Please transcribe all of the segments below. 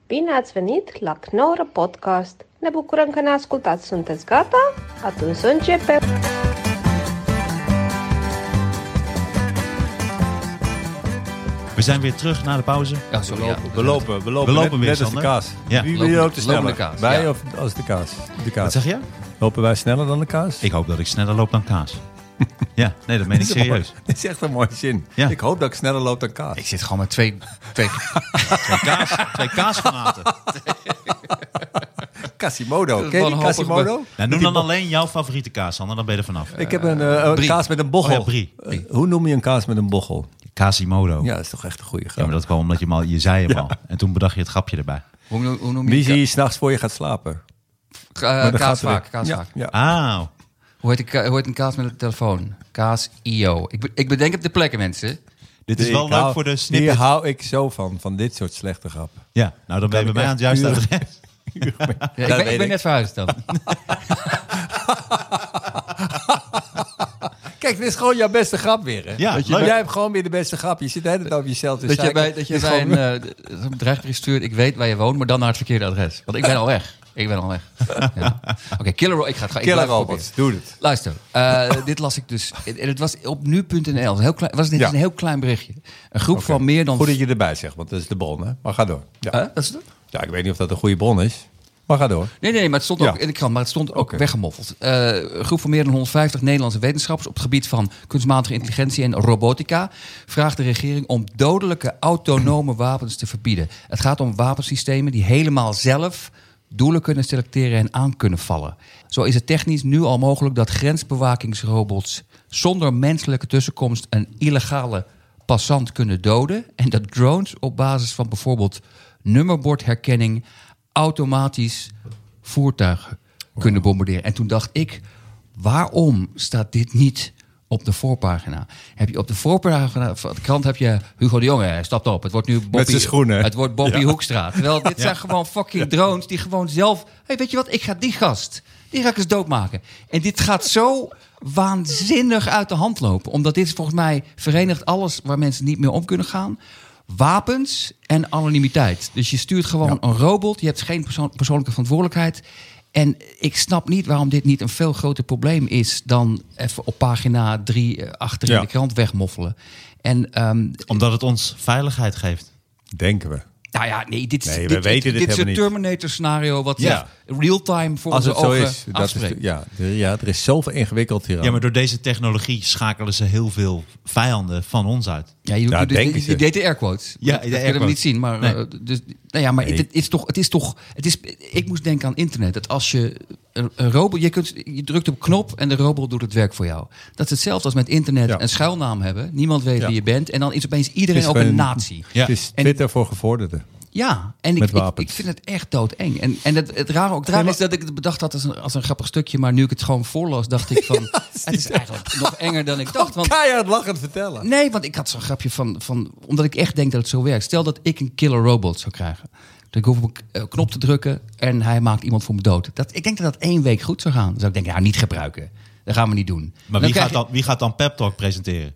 Bine ați venit la Knorr Podcast! Ne bucurăm că ne ascultați. Sunteți gata? Atunci să începem! We zijn weer terug na de pauze. Ja, sorry, We lopen weer, net als de kaas. Ja. Wie loopt er sneller? Lopende kaas, Wij ja. of als de kaas? De kaas. Wat zeg je? Lopen wij sneller dan de kaas? Ik hoop dat ik sneller loop dan kaas. Ja, nee, dat meen ik serieus. Dit is echt een mooie zin. Ja. Ik hoop dat ik sneller loop dan kaas. Ik zit gewoon met twee Twee kaasgranaten. Quasimodo. Ken je Wanhopig Quasimodo? Nou, noem dan alleen jouw favoriete kaas, Sander. Dan ben je er vanaf. Ik heb een Brie. kaas met een bochel. Oh ja, Brie. Hoe noem je een kaas met een bochel? Quasimodo. Ja, dat is toch echt een goede Ja, grap. maar dat kwam omdat je zei hem al. En toen bedacht je het grapje erbij. Hoe noem Wie je zie je s'nachts voor je gaat slapen? kaasvaak? Ja. Ah, Hoe heet een kaas met een telefoon? Kaas IO. Ik bedenk op de plekken, mensen. dit is wel leuk voor de Hier snippet. hou ik zo van dit soort slechte grappen. Ja, nou dan ben je bij mij aan het juiste adres. Ja, ik weet ben ik. net verhuisd dan. Kijk, dit is gewoon jouw beste grap weer. Hè? Ja, Dat leuk. jij hebt gewoon weer de beste grap. Je zit de hele tijd over jezelf te Dat je zeiken. bij Dit is een gewoon- bedrijfsbrief stuurt. Ik weet waar je woont, maar dan naar het verkeerde adres. Want ik ben al weg. Ja. Oké, ik ga het Killer blijf robots, doe het. Luister, dit las ik dus. En het was op nu.nl. Dit is een heel klein berichtje. Een groep van meer dan... Goed dat je erbij zegt, want dat is de bron. Hè? Maar ga door. Ja. Dat is het? Ja, ik weet niet of dat een goede bron is. Maar ga door. Nee, maar het stond Ja. ook in de krant, maar het stond ook Oké. weggemoffeld. Een groep van meer dan 150 Nederlandse wetenschappers op het gebied van kunstmatige intelligentie en robotica vraagt de regering om dodelijke autonome wapens te verbieden. Het gaat om wapensystemen die helemaal zelf doelen kunnen selecteren en aan kunnen vallen. Zo is het technisch nu al mogelijk dat grensbewakingsrobots zonder menselijke tussenkomst een illegale passant kunnen doden en dat drones op basis van bijvoorbeeld nummerbordherkenning automatisch voertuigen kunnen bombarderen. En toen dacht ik, waarom staat dit niet op de voorpagina? Heb je op de voorpagina van de krant heb je Hugo de Jonge, hij stapt op. Het wordt nu Boppie, zijn schoenen. Het wordt Boppie Hoekstra. Terwijl dit zijn gewoon fucking drones die gewoon zelf... Hey, weet je wat, ik ga die gast, die ga ik eens doodmaken. En dit gaat zo waanzinnig uit de hand lopen. Omdat dit volgens mij verenigt alles waar mensen niet meer om kunnen gaan. Wapens en anonimiteit. Dus je stuurt gewoon een robot. Je hebt geen persoonlijke verantwoordelijkheid. En ik snap niet waarom dit niet een veel groter probleem is dan even op pagina 3 achter in Ja. de krant wegmoffelen. En Omdat het ons veiligheid geeft. Denken we. nou ja, nee, dit Nee, we dit weten dit is een helemaal niet. Terminator-scenario wat Ja. real-time voor Als onze het zo ogen is. Dat afspreekt. is er is zoveel ingewikkeld hier aan. Ja, maar door deze technologie schakelen ze heel veel vijanden van ons uit. Ja, je denken ze. deed de airquotes. Ja, dat de kunnen we airquotes. niet zien. Maar, Nee. Maar Nee. het is. Ik moest denken aan internet. Dat als je een robot, je drukt op een knop en de robot doet het werk voor jou. Dat is hetzelfde als met internet Ja. een schuilnaam hebben. Niemand weet Ja. wie je bent. En dan is opeens iedereen Het is ook een gewoon- nazi. Ja. Het is En- Twitter voor gevorderden. Ja, en Met ik wapens. vind het echt doodeng. En het rare ook eraan is dat ik het bedacht had als een grappig stukje. Maar nu ik het gewoon voorlas, dacht ik van... het is eigenlijk nog enger dan ik dacht. Want, Keihard lachend vertellen. nee, want ik had zo'n grapje van... Omdat ik echt denk dat het zo werkt. Stel dat ik een killer robot zou krijgen. Dus ik hoef op een knop te drukken en hij maakt iemand voor me dood. Ik denk dat 1 week goed zou gaan. Dan zou ik denken, ja, niet gebruiken. Dat gaan we niet doen. Maar Dan krijg wie gaat dan Pep Talk presenteren?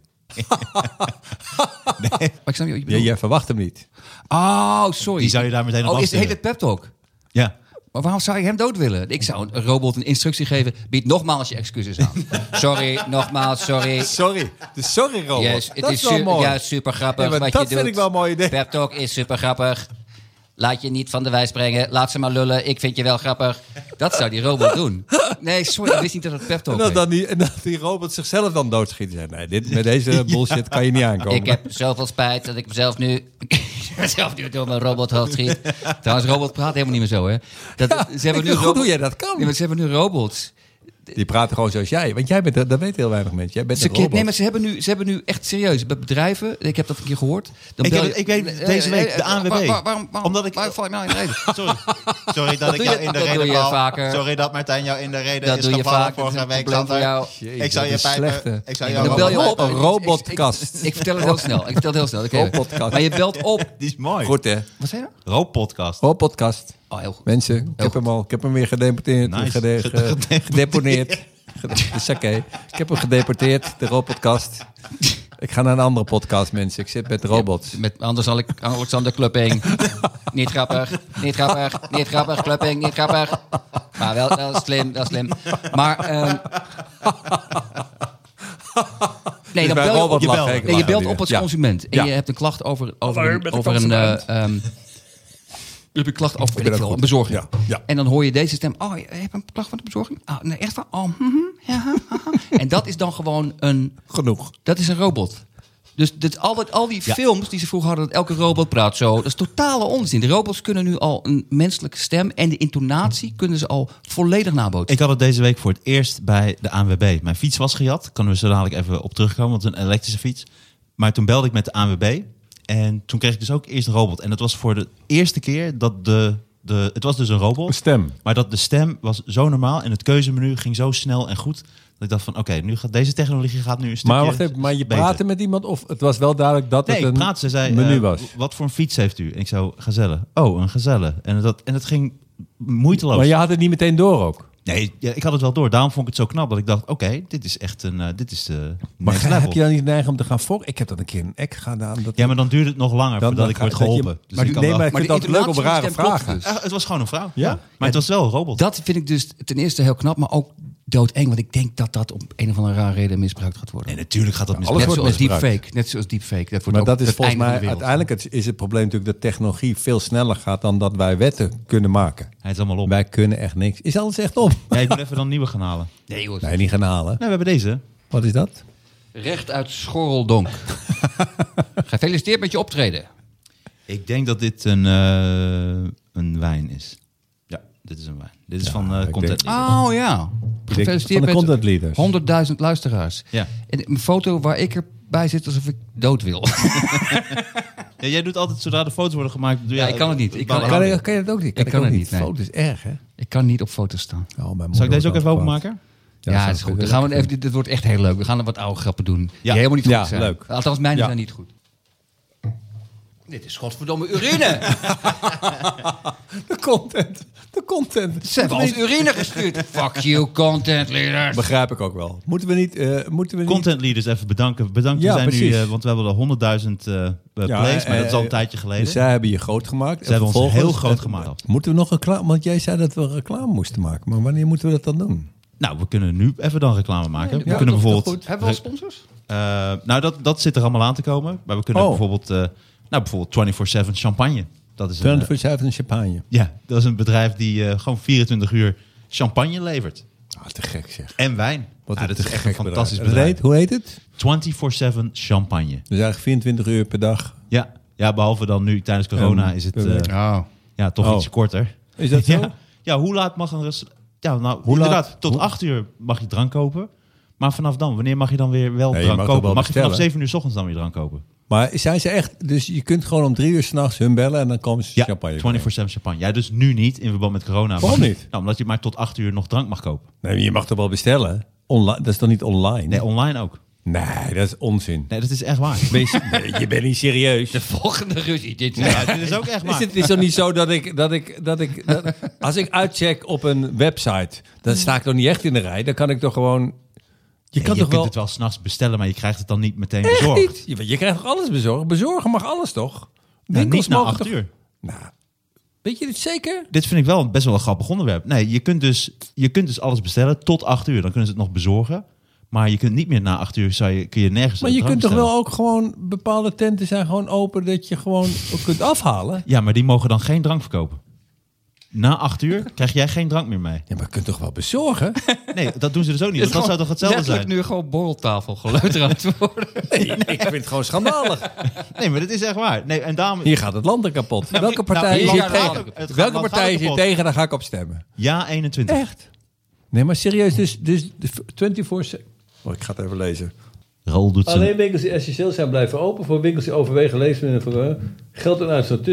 Maar ik snap je Ja, jij verwacht hem niet. Oh, sorry. Die zou je daar meteen op heet afsturen. het pep talk? Ja. Maar waarom zou je hem dood willen? Ik zou een robot een instructie geven. Bied nogmaals je excuses aan. Sorry, nogmaals, sorry. Sorry. De sorry robot. Yes, het dat is is wel mooi. ja, super grappig Ja, maar wat dat je doet. vind ik wel een mooi idee. Pep talk is super grappig. Laat je niet van de wijs brengen. Laat ze maar lullen. Ik vind je wel grappig. Dat zou die robot doen. Nee, sorry, ik wist niet dat het pep talk heet. En dat die robot zichzelf dan doodschiet. Nee, met deze bullshit kan je niet aankomen. Ik heb zoveel spijt dat ik mezelf nu door mijn robot hoofd schiet. Trouwens, robot praat helemaal niet meer zo, hè? Ze hebben nu Goed hoe jij dat kan. Nee, maar ze hebben nu robots. Die praten gewoon zoals jij. Want jij bent, dat weten heel weinig mensen. Jij bent een robot. Nee, maar ze hebben nu echt serieus. Bij bedrijven, ik heb dat een keer gehoord. Dan Ik bel weet deze week de ANWB. Omdat ik... Waarom val je nou in de reden? Sorry dat ik jou in de dat reden doe je val. vaker. Sorry dat Martijn jou in de reden Dat is doe je gevallen vaak. Dat is vorige een week. probleem voor jou. Ik zou je pijpen... Ik zou jou Dan bel je op. Een robotkast. Ik vertel het heel snel. Oké. Robotcast. Maar je belt op. Die is mooi. Goed, hè? Wat zei je nou? Roodpodcast. Robotcast. Oh, heel goed. Mensen, ik heb hem weer gedeporteerd. Nice. Gedeponeerd. Dat is oké. Ik heb hem gedeporteerd, de robotcast. Ik ga naar een andere podcast, mensen. Ik zit met robots. Anders zal ik Alexander Klupping. Niet grappig, Klupping, niet grappig. Maar wel slim. Maar... nee, dan bel je belt op als consument. En je hebt een klacht over een... Je hebt een klacht over een bezorging. Ja. En dan hoor je deze stem. Oh, je hebt een klacht van de bezorging? Oh, nee, echt van? Oh, ja. En dat is dan gewoon een... Genoeg. Dat is een robot. Dus al die films die ze vroeger hadden... dat elke robot praat zo. Dat is totale onzin. De robots kunnen nu al een menselijke stem... en de intonatie kunnen ze al volledig nabootsen. Ik had het deze week voor het eerst bij de ANWB. Mijn fiets was gejat. Kunnen we zo dadelijk even op terugkomen. Want het is een elektrische fiets. Maar toen belde ik met de ANWB... En toen kreeg ik dus ook eerst een robot. En dat was voor de eerste keer dat het was dus een robot. Een stem. Maar dat de stem was zo normaal. En het keuzemenu ging zo snel en goed. Dat ik dacht van, oké, nu gaat deze technologie nu een stukje Maar wacht even, maar je beter. praatte met iemand? Of het was wel duidelijk dat het een ze zei, menu was? Wat voor een fiets heeft u? En ik zou Gazelle. Oh, een Gazelle. En dat ging moeiteloos. Maar je had het niet meteen door ook? Nee, ik had het wel door. Daarom vond ik het zo knap dat ik dacht, oké, dit is echt Maar next level. heb je dan niet neiging om te gaan fokken? Ik heb dat een keer een ek gedaan. Ja, maar dan duurt het nog langer voordat ik word geholpen. Dus maar ik kan nee, wel- maar ik vind dat leuk om rare vragen. Het was gewoon een vrouw. Ja? Maar het was wel een robot. Dat vind ik dus ten eerste heel knap, maar ook doodeng. Want ik denk dat dat om een of andere rare reden misbruikt gaat worden. Nee, natuurlijk gaat dat alles misbruikt. Net wordt zoals misbruikt. deepfake. Net zoals deepfake. Dat wordt Maar ook dat is het volgens einde van mij de wereld. uiteindelijk is het probleem natuurlijk dat technologie veel sneller gaat dan dat wij wetten kunnen maken. Hij is allemaal op. Wij kunnen echt niks. Is alles echt op? Ja, ik moet even dan nieuwe gaan halen. Nee, joh. Nee, niet gaan halen. Nee, we hebben deze. Wat is dat? Recht uit Schorreldonk. Gefeliciteerd met je optreden. Ik denk dat dit een wijn is. Ja, dit is een wijn. Dit is van ik Content denk- Leader. Oh ja. Gefeliciteerd van de met content leaders. 100.000 luisteraars. Ja. En een foto waar ik erbij zit alsof ik dood wil. Ja, jij doet altijd, zodra de foto's worden gemaakt... Doe Ja, jij- ik kan het niet. Ik kan- Kan je dat ook niet? Ik kan ook het niet. niet, nee. Foto's is erg, hè? Ik kan niet op foto's staan. Oh, mijn moeder Zal ik deze ook wordt even kwaad. openmaken? Ja, dat is goed. Dan gaan we even, dit wordt echt heel leuk. We gaan er wat oude grappen doen. Die helemaal niet goed Ja, zijn. leuk. Althans, mijn Ja. zijn niet goed. Dit is godverdomme urine. De content. Ze hebben ons urine gestuurd. Fuck you, content leaders. Begrijp ik ook wel. Moeten we niet... Content Leaders even bedanken. Bedankt, Ja, we zijn precies. nu... want we hebben al 100.000 plays, maar dat is al een tijdje geleden. Dus zij hebben je groot gemaakt. Ze hebben ons vervolgens- heel groot gemaakt. Moeten we nog reclame... Want jij zei dat we reclame moesten maken. Maar wanneer moeten we dat dan doen? Nou, we kunnen nu even dan reclame maken. we Ja, kunnen toch bijvoorbeeld... goed. Hebben we al sponsors? nou, dat zit er allemaal aan te komen. Maar we kunnen Oh. bijvoorbeeld 24/7 champagne. Dat is een, 24/7 champagne. ja, dat is een bedrijf die gewoon 24 uur champagne levert. Ah, te gek zeg. En wijn. Wat dat een is te echt gek een fantastisch bedrijf. bedrijf. Hoe heet het? 24/7 champagne. Dus eigenlijk 24 uur per dag. Ja, behalve dan nu tijdens corona is het toch Oh. iets korter. Is dat zo? Ja, hoe laat mag een restaurant... Ja, nou, Hoe inderdaad, laat? tot 8 uur mag je drank kopen. Maar vanaf dan, wanneer mag je dan weer wel Nee, je drank mag toch kopen? wel Mag je vanaf bestellen? 7 uur 's ochtends dan weer drank kopen? Maar zijn ze echt... Dus je kunt gewoon om 3 uur 's nachts hun bellen en dan komen ze Ja, champagne 24/7 champagne. Ja, dus nu niet in verband met corona. Waarom Maar- niet? Nou, omdat je maar tot 8 uur nog drank mag kopen. Nee, je mag toch wel bestellen? Online, dat is toch niet online? Nee, online ook. Nee, dat is onzin. Nee, dat is echt waar. Nee, je bent niet serieus. Volgende ruzie. Dit Ja, dit is ook echt waar. Het is toch niet zo dat als ik uitcheck op een website, dan sta ik toch niet echt in de rij. Dan kan ik toch gewoon... Je kan je toch kunt wel... het wel 's nachts bestellen, maar je krijgt het dan niet meteen Echt bezorgd. niet? Je krijgt toch alles bezorgd? Bezorgen mag alles toch? Nou, Winkels niet na mogen 8 uur. Nou, weet je dit zeker? Dit vind ik wel best wel een grappig onderwerp. Nee, je kunt dus alles bestellen tot 8 uur. Dan kunnen ze het nog bezorgen. Maar je kunt niet meer na 8 uur kun je nergens Maar je drank kunt toch bestellen. wel ook gewoon... Bepaalde tenten zijn gewoon open dat je gewoon ook kunt afhalen? Ja, maar die mogen dan geen drank verkopen. Na 8 uur krijg jij geen drank meer mee. Ja, maar je kunt toch wel bezorgen? Nee, dat doen ze dus ook niet. Want dat zou toch hetzelfde letterlijk zijn? nu gewoon borreltafel geleuter aan het worden. Nee, ik vind het gewoon schandalig. Nee, maar dat is echt waar. Nee, en daarom... Hier gaat het land er kapot. Welke partij het is land hier gaat tegen? ook- het Welke land partij gaat is hier kapot. tegen? Daar ga ik op stemmen. Ja, 21. Echt? Nee, maar serieus. Dus 24/7... Oh, ik ga het even lezen. Rol doet zijn... Alleen winkels die essentieel zijn blijven open. Voor winkels die overwegen levensmiddelen voor geld en uitstoot.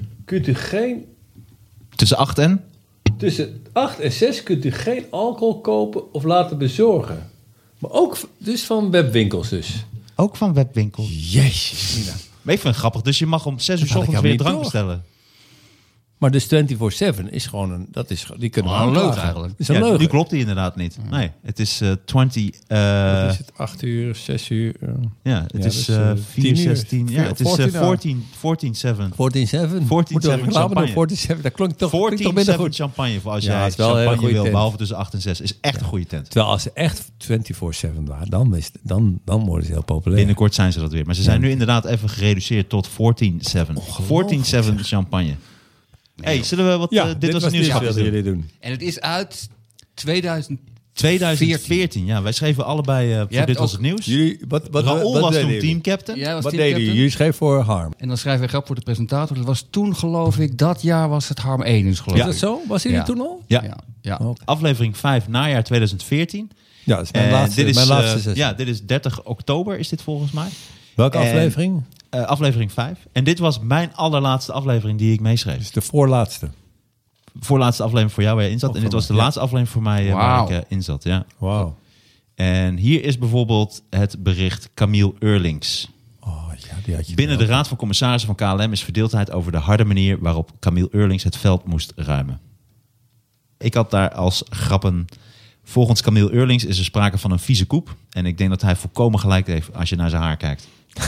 Tussen 8 en... Tussen 8 en 6 kunt u geen alcohol kopen of laten bezorgen. Maar ook dus van webwinkels dus. Ook van webwinkels. Jezus, Mina. Maar ik vind het grappig. Dus je mag om 6 uur 's Dat had ik ochtends weer helemaal drank niet door. bestellen. Maar dus 24/7 is gewoon die kunnen we een aanklagen. leugen eigenlijk. Is een Ja, leugen. nu klopt die inderdaad niet. Nee, het is 20... Wat is het 8 uur, 6 uur? ja, het is dat is, 4, 10 uur. 16... Ja, het is 14-7. 14/7. 14/7 champagne. 14/7, dat klonkt toch minder 14-7 goed. champagne voor als Ja, jij het is wel een hele champagne goede wil, tent. behalve tussen 8 en 6. Is echt een goede tent. Terwijl als ze echt 24/7 waren, dan worden ze heel populair. Binnenkort zijn ze dat weer. Maar ze zijn nu inderdaad even gereduceerd tot 14-7. 14-7 champagne. Hey, zullen we wat... dit was het nieuwsgrapje dat doen. jullie doen. En het is uit 2014. 2014, ja. Wij schreven allebei voor hebt Dit Was ook- Het Nieuws. wat Raoul was deden toen jullie? teamcaptain. Jij was Wat teamcaptain. deden jullie? Jullie schreven voor Harm. En dan schrijven we grap voor de presentator. Dat was toen, geloof ik, dat jaar was het Harm 1 dus geloof Is ik. dat zo? Was hij er Ja. toen al? Ja. Ja. Oh. Aflevering 5, najaar 2014. Ja, dat is mijn En laatste, dit is, mijn laatste sessie. ja, dit is 30 oktober is dit volgens mij. Welke En- aflevering? Aflevering 5. En dit was mijn allerlaatste aflevering die ik meeschreef. Dat is de voorlaatste. Voorlaatste aflevering voor jou waar je in zat. Oh, En dit voor was de mij, ja. laatste aflevering voor mij Wauw. waar ik in zat. Ja. Wauw. En hier is bijvoorbeeld het bericht Camille Eurlings. Oh ja, die had je Binnen de wel. Raad van Commissarissen van KLM is verdeeldheid over de harde manier waarop Camille Eurlings het veld moest ruimen. Ik had daar als grappen... Volgens Camille Eurlings is er sprake van een vieze koep. En ik denk dat hij volkomen gelijk heeft als je naar zijn haar kijkt.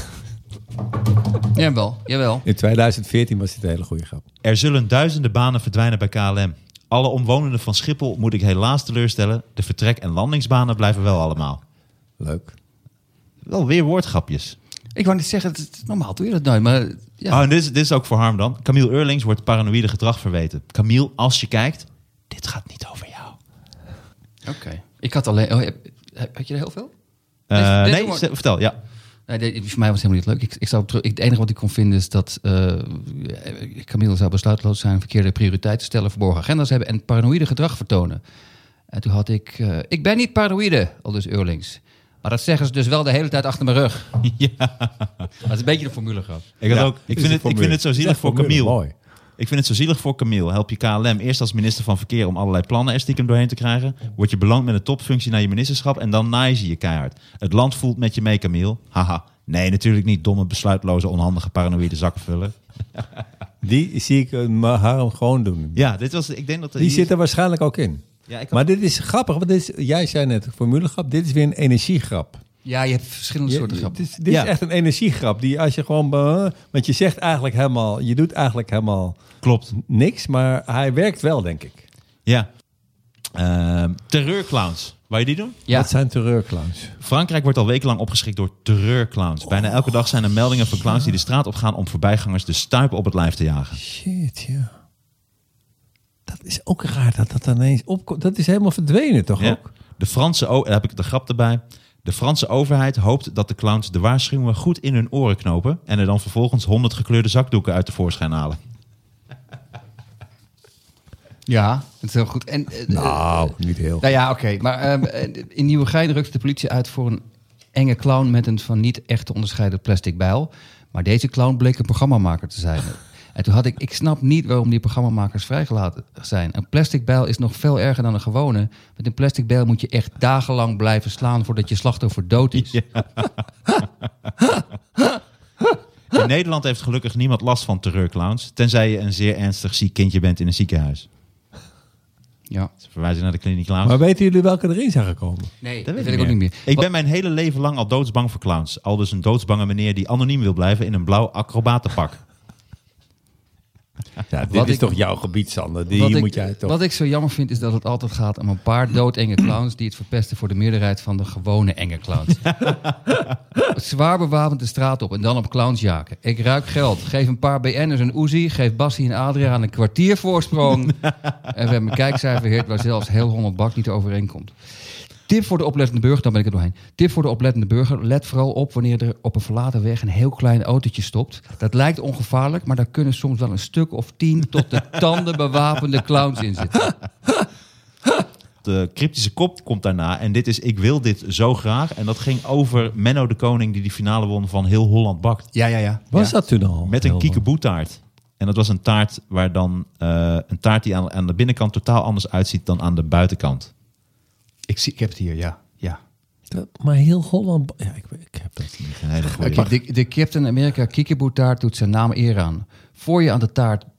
Jawel. In 2014 was dit een hele goede grap. Er zullen duizenden banen verdwijnen bij KLM. Alle omwonenden van Schiphol moet ik helaas teleurstellen. De vertrek- en landingsbanen blijven wel allemaal. Leuk. Wel weer woordgrapjes. Ik wou niet zeggen, normaal doe je dat nooit, maar ja. Oh, en dit is ook voor Harm dan. Camille Eurlings wordt paranoïde gedrag verweten. Camille, als je kijkt, dit gaat niet over jou. Oké. Ik had alleen... had je er heel veel? Nee, vertel, ja. Nee, voor mij was het helemaal niet leuk. Ik zou op terug, het enige wat ik kon vinden is dat Camille zou besluiteloos zijn, verkeerde prioriteiten stellen, verborgen agenda's hebben en paranoïde gedrag vertonen. En toen had ik ben niet paranoïde, aldus Eurlings. Maar dat zeggen ze dus wel de hele tijd achter mijn rug. Ja. Dat is een beetje een formulegrap. Ik, had Ja, ook, ik, is vind een het, ik vind het zo formule. zielig Ja, voor formule, Camille. mooi. Ik vind het zo zielig voor Camille. Help je KLM eerst als minister van Verkeer om allerlei plannen er stiekem doorheen te krijgen. Word je beloond met een topfunctie naar je ministerschap en dan naaien ze je keihard. Het land voelt met je mee, Camille. Haha. Nee, natuurlijk niet. Domme, besluitloze, onhandige, paranoïde zakkenvuller. Die zie ik Harm gewoon doen. Ja, dit was... Ik denk dat Die zit er waarschijnlijk ook in. Ja, ik had- Maar dit is grappig, want jij zei net formulegrap. Dit is weer een energiegrap. Ja, je hebt verschillende soorten grappen. Dit Ja. is echt een energiegrap. Die als je gewoon... want je zegt eigenlijk helemaal... Je doet eigenlijk helemaal Klopt. niks, maar hij werkt wel, denk ik. Ja. Terreurclowns. Wou je die doen? Ja. Dat zijn terreurclowns. Frankrijk wordt al wekenlang opgeschrikt door terreurclowns. Bijna elke dag zijn er meldingen van clowns die de straat opgaan om voorbijgangers de stuipen op het lijf te jagen. Shit, ja. Dat is ook raar dat dat ineens opkomt. Dat is helemaal verdwenen, toch Ja. ook? De Franse, daar heb ik de grap erbij. De Franse overheid hoopt dat de clowns de waarschuwingen goed in hun oren knopen en er dan vervolgens 100 gekleurde zakdoeken uit tevoorschijn halen. Ja, het is heel goed. En, Niet heel. nou ja, oké. Maar in Nieuwegein rukte de politie uit voor een enge clown met een van niet echt te onderscheiden plastic bijl. Maar deze clown bleek een programmamaker te zijn. En toen had ik snap niet waarom die programmamakers vrijgelaten zijn. Een plastic bijl is nog veel erger dan een gewone. Met een plastic bijl moet je echt dagenlang blijven slaan voordat je slachtoffer dood is. In Nederland heeft gelukkig niemand last van terreurclowns, tenzij je een zeer ernstig ziek kindje bent in een ziekenhuis. Ja. Ze verwijzen naar de kliniek clowns. Maar weten jullie welke erin zijn gekomen? Nee, Dat dat weet weet ik ook niet meer. Ik ben mijn hele leven lang al doodsbang voor clowns. Al dus een doodsbange meneer die anoniem wil blijven in een blauw acrobatenpak. Ja, dit Wat is ik- toch jouw gebied, Sander? Die moet jij toch... Wat ik zo jammer vind is dat het altijd gaat om een paar doodenge clowns die het verpesten voor de meerderheid van de gewone enge clowns. Zwaar bewapend de straat op en dan op clowns jagen. Ik ruik geld. Geef een paar BN'ers een Uzi. Geef Bassie en Adriaan een kwartier voorsprong. En we hebben een kijkcijferhit waar zelfs heel 100 bak niet overeenkomt. Tip voor de oplettende burger, dan ben ik er doorheen. Tip voor de oplettende burger, let vooral op wanneer er op een verlaten weg een heel klein autootje stopt. Dat lijkt ongevaarlijk, maar daar kunnen soms wel een stuk of 10 tot de tanden bewapende clowns in zitten. De cryptische kop komt daarna en dit is Ik wil dit zo graag. En dat ging over Menno de Koning die finale won van Heel Holland Bakt. Ja. Was dat toen al? Met een Heel kiekeboetaart. En dat was een taart waar dan een taart die aan de binnenkant totaal anders uitziet dan aan de buitenkant. Ik heb het hier, ja. Maar heel Holland... Ja, ik heb dat niet. Een hele goeie. Oké, de Captain America kiekeboetaart doet zijn naam eer aan. Voor je aan de taart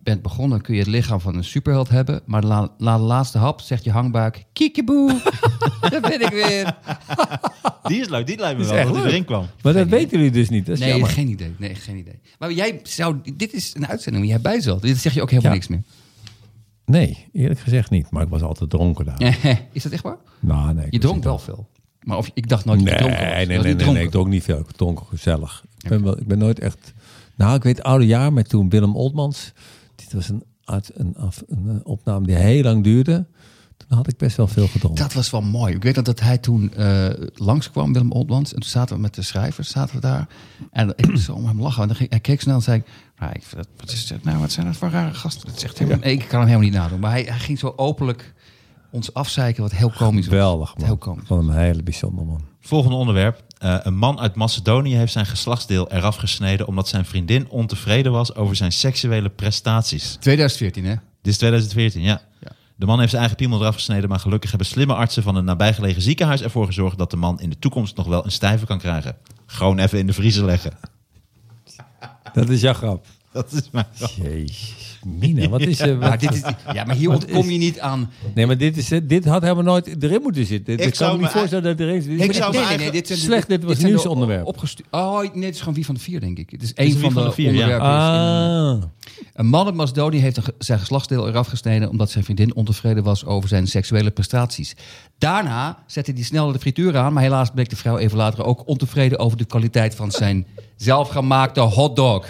bent begonnen, kun je het lichaam van een superheld hebben. Maar na de laatste hap zegt je hangbuik, kiekeboe. Daar ben ik weer. Die is leuk, die lijkt me Is wel echt dat hij leuk. erin kwam. Maar dat weten jullie dus niet. Dat is Nee, jammer. geen idee. Maar dit is een uitzending waar jij bij zat. Dit zeg je ook helemaal niks meer. Nee, eerlijk gezegd niet. Maar ik was altijd dronken daar. Is dat echt waar? Nou, nee. Je dronk wel veel. Maar ik dacht nooit dat je dronken was. Nee, ik dronk niet veel. Ik dronk gezellig. Ik ben nooit echt... Nou, ik weet het oude jaar met toen Willem Oltmans. Dit was een opname die heel lang duurde. Toen had ik best wel veel gedronken. Dat was wel mooi. Ik weet dat hij toen langskwam, Willem Oltmans. En toen zaten we met de schrijvers daar. En ik moest zo om hem lachen. En hij keek snel en zei... wat zijn dat voor rare gasten? Dat zegt helemaal, nee, ik kan hem helemaal niet nadoen. Maar hij ging zo openlijk ons afzeiken, wat heel komisch was. Geweldig, man. Heel komisch. Van een hele bijzonder man. Volgende onderwerp. Een man uit Macedonië heeft zijn geslachtsdeel eraf gesneden omdat zijn vriendin ontevreden was over zijn seksuele prestaties. 2014, hè? Dit is 2014, ja. De man heeft zijn eigen piemel eraf gesneden, maar gelukkig hebben slimme artsen van een nabijgelegen ziekenhuis ervoor gezorgd dat de man in de toekomst nog wel een stijve kan krijgen. Gewoon even in de vriezer leggen. Dat is jouw grap. Dat is mijn grap. Jezus. Mina, wat is er? Maar hier ontkom je niet aan... Nee, maar dit had helemaal nooit erin moeten zitten. Ik kan me niet voorstellen dat het erin zit. Dit zijn Slecht, dit was nieuwsonderwerp. Nee, het is gewoon Wie van de Vier, denk ik. Het is één van de Vier, onderwerpen. Ah. Een man uit Macedonië heeft zijn geslachtsdeel eraf gesneden omdat zijn vriendin ontevreden was over zijn seksuele prestaties. Daarna zette hij snel de frituur aan, maar helaas bleek de vrouw even later ook ontevreden over de kwaliteit van zijn zelfgemaakte hotdog.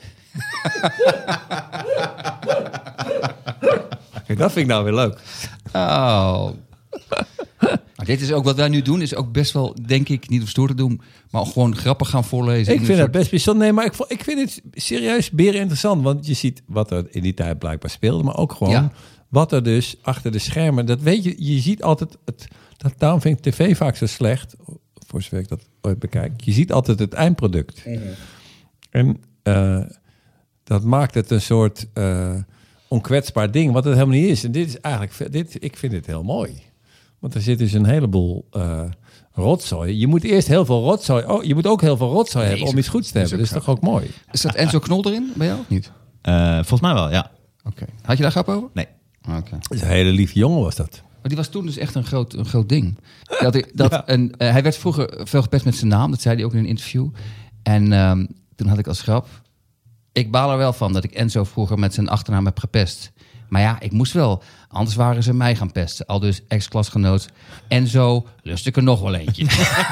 Kijk, dat vind ik nou weer leuk. Oh. Maar dit is ook wat wij nu doen, is ook best wel, denk ik, niet om stoer te doen, maar gewoon grappig gaan voorlezen. Ik vind het best bijzonder. Nee, maar ik vind het serieus beren interessant. Want je ziet wat er in die tijd blijkbaar speelde. Maar ook gewoon wat er dus achter de schermen... Dat weet je, je ziet altijd... Daarom vind ik tv vaak zo slecht. Voor zover ik dat ooit bekijk. Je ziet altijd het eindproduct. En dat maakt het een soort onkwetsbaar ding. Wat het helemaal niet is. En dit is eigenlijk... Ik vind het heel mooi. Want er zit dus een heleboel... rotzooi. Je moet eerst heel veel rotzooi... je moet ook heel veel rotzooi hebben om iets goeds te hebben. Dat is toch ook mooi? Is dat Enzo Knol erin bij jou of niet? Volgens mij wel, ja. Oké. Had je daar grap over? Nee. Oké. Dat is een hele lieve jongen was dat. Maar die was toen dus echt een groot ding. Hij werd vroeger veel gepest met zijn naam. Dat zei hij ook in een interview. En toen had ik als grap... Ik baal er wel van dat ik Enzo vroeger met zijn achternaam heb gepest. Maar ja, ik moest wel. Anders waren ze mij gaan pesten. Al dus ex-klasgenoot. Enzo, lust ik er nog wel eentje.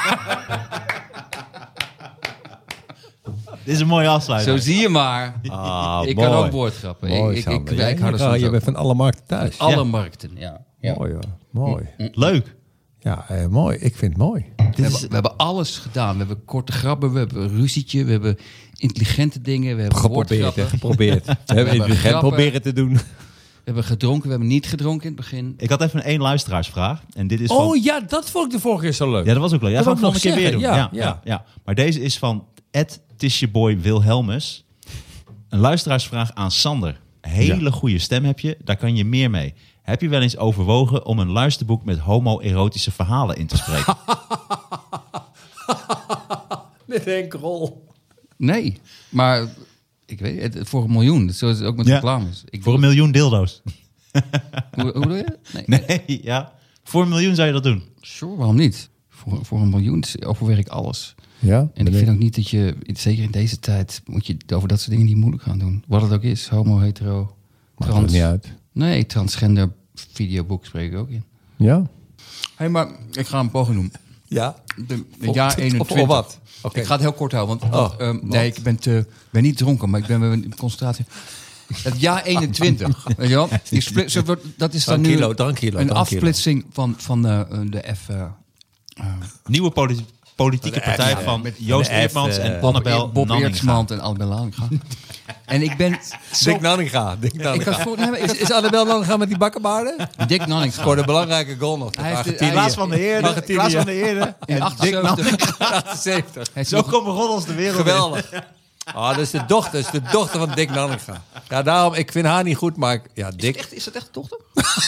Dit is een mooie afsluiting. Zo zie je maar. Ik kan ook woordgrappen. Mooi, ik hou er soms je bent van alle markten thuis. Alle markten, ja. Mooi hoor, mooi. Leuk. Ja, mooi. Ik vind het mooi. We hebben alles gedaan. We hebben korte grappen, we hebben een ruzietje, we hebben intelligente dingen, we hebben woordgrappen. Geprobeerd. We hebben intelligent proberen te doen. We hebben gedronken, we hebben niet gedronken in het begin. Ik had even één luisteraarsvraag. En dit is van... ja, dat vond ik de vorige keer zo leuk. Ja, dat was ook leuk. Ja, Dat dat gaan we wou nog een ik keer nog weer doen. zeggen. Ja. Maar deze is van @Tisjeboy Wilhelmus. Een luisteraarsvraag aan Sander. Hele goede stem heb je, daar kan je meer mee. Heb je wel eens overwogen om een luisterboek met homoerotische verhalen in te spreken? Met Henk Rol. Nee, maar ik weet het, voor 1 miljoen. Zo is het ook met reclames. Voor 1 miljoen dildo's. Hoe doe je? Nee, ja. Voor 1 miljoen zou je dat doen. Sure, waarom niet? Voor 1 miljoen overweeg ik alles. Ja, En ik vind ook niet dat je, zeker in deze tijd, moet je over dat soort dingen niet moeilijk gaan doen. Wat het ook is, homo, hetero, maakt het niet uit. Nee, transgender videoboek spreek ik ook in. Ja. Hey, maar ik ga een poging doen. Ja. De jaar 21. Of wat? Okay. Ik ga het heel kort houden, want nee, ik ben niet dronken, maar ik ben in concentratie. Het jaar 21, weet je wel? Dat is dan nu een afsplitsing van de F... Nieuwe politieke partij van Joost Eerdmans en Annabel Bob Nanninga. Eertsmans en Annabel Nanninga. En ik ben... Dick Nanninga. Is Annabel Nanninga met die bakkenbaarden? Dick Nanninga. Scoorde een belangrijke goal nog. Klaas van der Heerde. In 78. Zo komen roddels de wereld Geweldig. Dat is de dochter van Dick Nanninga. Ja, daarom, ik vind haar niet goed, maar... Ja, Dick... Is dat echt de dochter?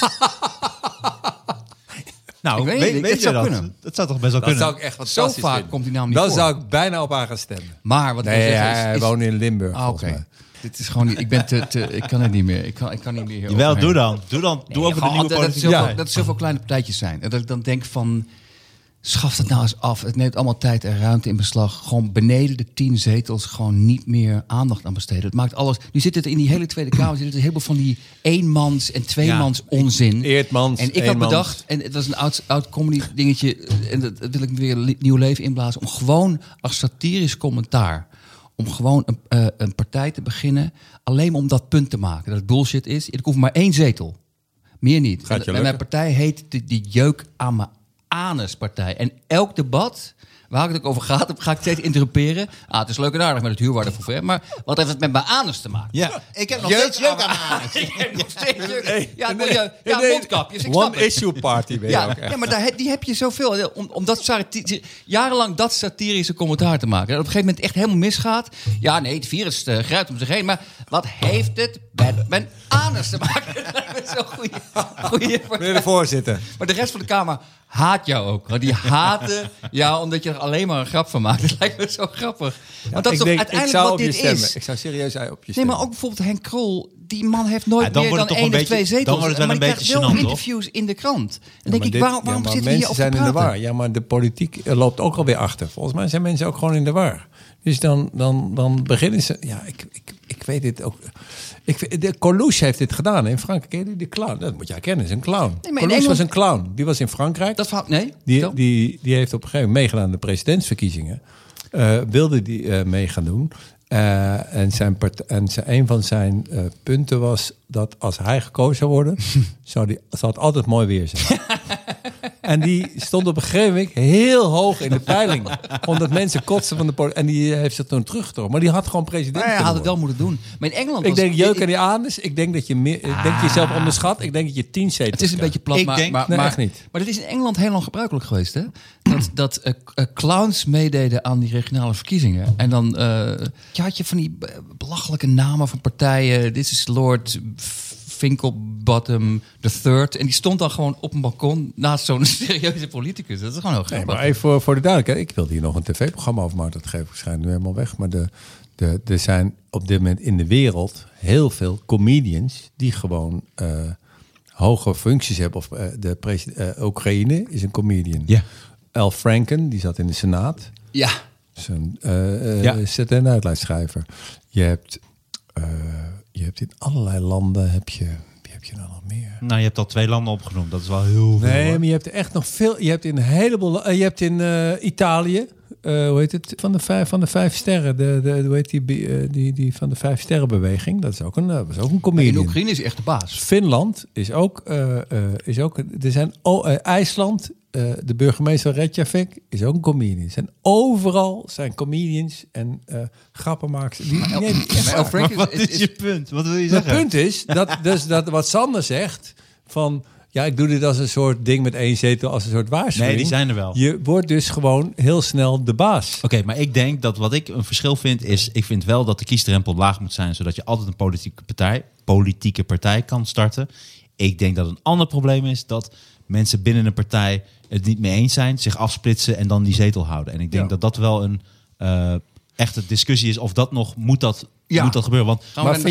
Nou, weet je dat? Dat zou toch best wel kunnen? Dat zou ik echt fantastisch Zo vaak vinden. komt die naam niet Dan voor. zou ik bijna op haar gaan stemmen. Maar wat hij woont in Limburg, volgens mij. Dit is gewoon niet... Ik ben ik kan het niet meer. Ik kan niet meer. Jawel, doe dan. Doe over de nieuwe politieke partij. Dat er zoveel kleine partijtjes zijn. En dat ik dan denk van... Schaf dat nou eens af. Het neemt allemaal tijd en ruimte in beslag. Gewoon beneden de 10 zetels gewoon niet meer aandacht aan besteden. Het maakt alles... Nu zit het in die hele Tweede Kamer... zit het een heleboel van die eenmans- en tweemans onzin. Eertmans, en ik had bedacht... En het was een oud comedy dingetje... En dat wil ik weer nieuw leven inblazen... om gewoon als satirisch commentaar... om gewoon een partij te beginnen... alleen om dat punt te maken. Dat het bullshit is. Ik hoef maar 1 zetel. Meer niet. En mijn partij heet de Jeuk aan mijn Anuspartij. En elk debat waar het ook over gaat, ga ik steeds interrumperen. Het is leuk en aardig met het huurwaardeforfait, maar wat heeft het met mijn anus te maken? Ja, ik heb nog steeds jeuk aan mijn anus. Ik heb nog steeds jeuk. Mondkapjes. One issue party ben je ook echt. Ja, maar die heb je zoveel. Om dat jarenlang dat satirische commentaar te maken. Dat op een gegeven moment echt helemaal misgaat. Ja, nee, het virus grijpt om zich heen. Maar wat heeft het met mijn anus te maken? Dat is zo'n goede. Meneer de voorzitter. Maar de rest van de Kamer haat jou ook. Want die haten jou omdat je er alleen maar een grap van maakt. Het lijkt me zo grappig. Want dat is toch uiteindelijk wat dit is. Ik zou serieus op je Nee, stemmen. maar ook bijvoorbeeld Henk Krol. Die man heeft nooit dan meer wordt dan het toch 1 of 2 zetels. dan wordt het wel maar een die beetje krijgt wel gênant, toch? interviews in de krant. Dan denk ik, waarom zitten we hier mensen over zijn te in de praten? war. Ja, maar de politiek loopt ook alweer achter. Volgens mij zijn mensen ook gewoon in de war. Dus dan beginnen ze... Ja, ik weet dit ook... De Coluche heeft dit gedaan in Frankrijk. Ken je de clown? Dat moet jij kennen, is een clown. Nee, maar in Coluche Engeland- was een clown. Die was in Frankrijk. Dat verhaal, nee? Die heeft op een gegeven moment meegedaan aan de presidentsverkiezingen. Wilde die mee gaan doen. Een van zijn punten was dat als hij gekozen zou worden, zou het altijd mooi weer zijn. En die stond op een gegeven moment heel hoog in de peiling. Omdat mensen kotsen van de politiek. En die heeft ze toen teruggetrokken. Maar die had gewoon president Hij had het kunnen wel moeten doen. Maar in Engeland ik denk jeuk aan die anus. Ik denk dat je jezelf onderschat. Ik denk dat je 10 zetels Het is een beetje plat, Ik maar, denk- maar, Nee, maar, echt niet. maar dat is in Engeland heel lang gebruikelijk geweest, hè? Dat clowns meededen aan die regionale verkiezingen. En dan had je van die belachelijke namen van partijen. Dit is Lord Finkelbottom III. En die stond dan gewoon op een balkon naast zo'n serieuze politicus. Dat is gewoon heel Nee, grappig. maar even voor de duidelijkheid. Ik wilde hier nog een tv-programma over maken. Dat geeft waarschijnlijk nu helemaal weg. Maar er zijn op dit moment in de wereld heel veel comedians die gewoon hoge functies hebben. Of Oekraïne is een comedian. Ja. Al Franken, die zat in de Senaat. Ja. Is een zet- en uitleidsschrijver. Je hebt in allerlei landen wie heb je nou nog meer? Nou, je hebt al 2 landen opgenoemd. Dat is wel heel veel. Nee, hoor. maar je hebt er echt nog veel. Je hebt in een heleboel. Je hebt in Italië. Hoe heet het? Van de 5 sterren. Hoe heet die van de 5 sterrenbeweging? Dat is ook een In comedian. Oekraïne is hij echt de baas. Finland is ook. Er zijn IJsland. De burgemeester Reykjavik is ook een comedian. Overal zijn comedians en grappenmakers. Maar El Frank Wat is je punt? Wat wil je Het zeggen? punt is dat wat Sander zegt van ja, ik doe dit als een soort ding met 1 zetel als een soort waarschuwing. Nee, die zijn er wel. Je wordt dus gewoon heel snel de baas. Oké, maar ik denk dat wat ik een verschil vind is... ik vind wel dat de kiesdrempel laag moet zijn... zodat je altijd een politieke partij kan starten. Ik denk dat een ander probleem is dat mensen binnen een partij het niet mee eens zijn... zich afsplitsen en dan die zetel houden. En ik denk dat dat wel een echte discussie is... of dat nog moet dat gebeuren. Want